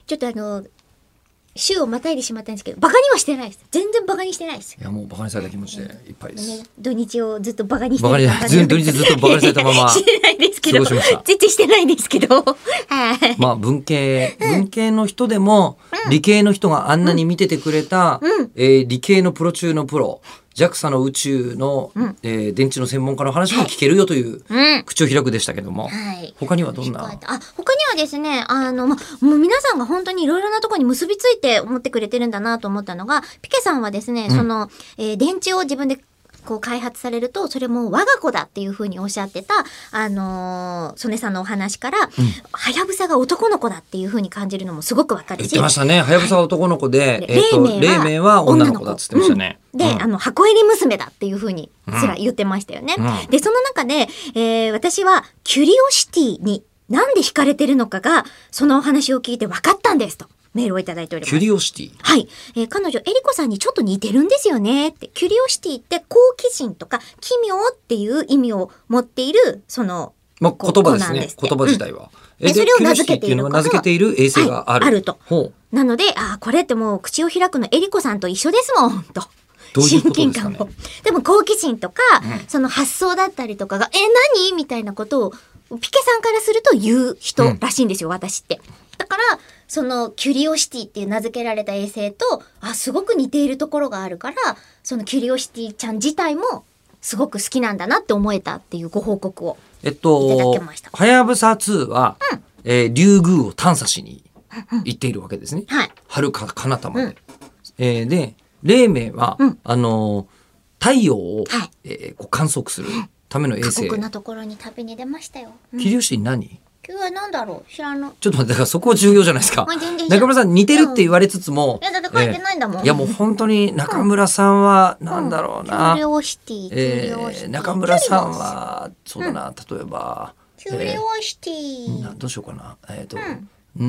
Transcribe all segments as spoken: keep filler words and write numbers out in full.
ちょっとあの週をまたいでしまったんですけど、バカにはしてないです。全然バカにしてないです。 いやもうバカにされた気持ちでいっぱいです、 ね、土日をずっとバカにしてバカに土日ずっとバカにされたまましてないですけど、 過ごしました。 全然してないですけどはいまあ文系文系の人でも、うん、理系の人があんなに見ててくれた、うんえー、理系のプロ中のプロ ジャクサ の宇宙の、うんえー、電池の専門家の話も聞けるよという、はい、口を開くでしたけども、はい、他にはどんなあ他にはですねあの、ま、もう皆さんが本当にいろいろなところに結びついて思ってくれてるんだなと思ったのが、ピケさんはですね、うん、その、えー、電池を自分でこう開発されるとそれも我が子だっていうふうにおっしゃってたあのー、曽根さんのお話からはやぶさが男の子だっていうふうに感じるのもすごくわかるし、 言ってましたね。はやぶさは男の子で、はい、えー、と黎明は女の子だっつってましたね、 うん、で、うん、あの箱入り娘だっていうふうにすら言ってましたよね、うん、でその中で、えー、私はキュリオシティになんで惹かれてるのかがそのお話を聞いて分かったんですとメールをいただいております。 キュリオシティ。 はい、えー、彼女エリコさんにちょっと似てるんですよねって。キュリオシティって好奇心とか奇妙っていう意味を持っているその、 まあ、言葉ですね。言葉自体は。 うん、でそれを名付けている名付けている衛星がある。 はい、あると。ほうなのであこれってもう口を開くのエリコさんと一緒ですもんと。 どういうことですかね。 親近感を。でも好奇心とか、うん、その発想だったりとかがえ何みたいなことをピケさんからすると言う人らしいんですよ、うん、私って。だからそのキュリオシティっていう名付けられた衛星とあすごく似ているところがあるからそのキュリオシティちゃん自体もすごく好きなんだなって思えたっていうご報告をいただきました。 はやぶさツーは、うんえー、リュウグウを探査しに行っているわけですね。 はい、 遥か彼方まで、うんえー、で黎明は、うん、あの太陽を、はいえー、こう観測するための衛星。 過酷なところに旅に出ましたよ。 うん、キュリオシティ何今日は何だろう知らんの。 ちょっと待ってだからそこ重要じゃないですか。中村さん似てるって言われつつも、 いやだって書いてないんだもん。 えー、いやもう本当に中村さんはなんだろうな、 うん、キュリオシティ、えー、中村さんはそうだな、うん、例えばキュリオシティ、 えー、どうしようかなえっ、ー、と、うん、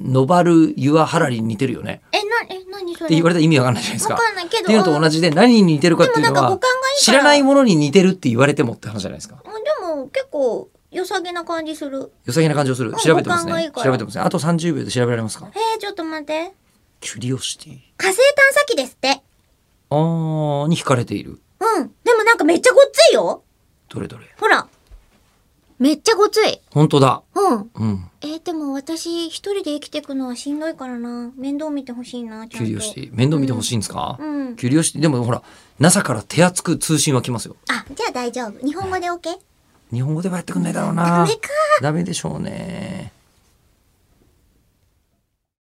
ノバルユアハラリに似てるよね。 えなえ何それって言われたら意味わかんないじゃないですか。 わかんないけどっていうのと同じで何に似てるかっていうのは知らないものに似てるって言われてもって話じゃないですか。 でも結構良さげな感じする。 良さげな感じをする。調べてますね。調べてますね。あとさんじゅうびょうで調べられますか。 えー、ちょっと待って。 キュリオシティ。 火星探査機ですって。あーに惹かれている。 うん。でもなんかめっちゃごっついよ。 どれどれ。 ほら。めっちゃごつい。 本当だ。 うん。 うん。 えー、でも私一人で生きていくのはしんどいからな。面倒見てほしいな。 キュリオシティ。面倒見てほしいんですか。 うん。 キュリオシティでもほら ナサ から手厚く通信は来ますよ。 あじゃあ大丈夫。日本語で OK。 日本語ではやってくんないだろうな。 ダメか。 ダメでしょうね。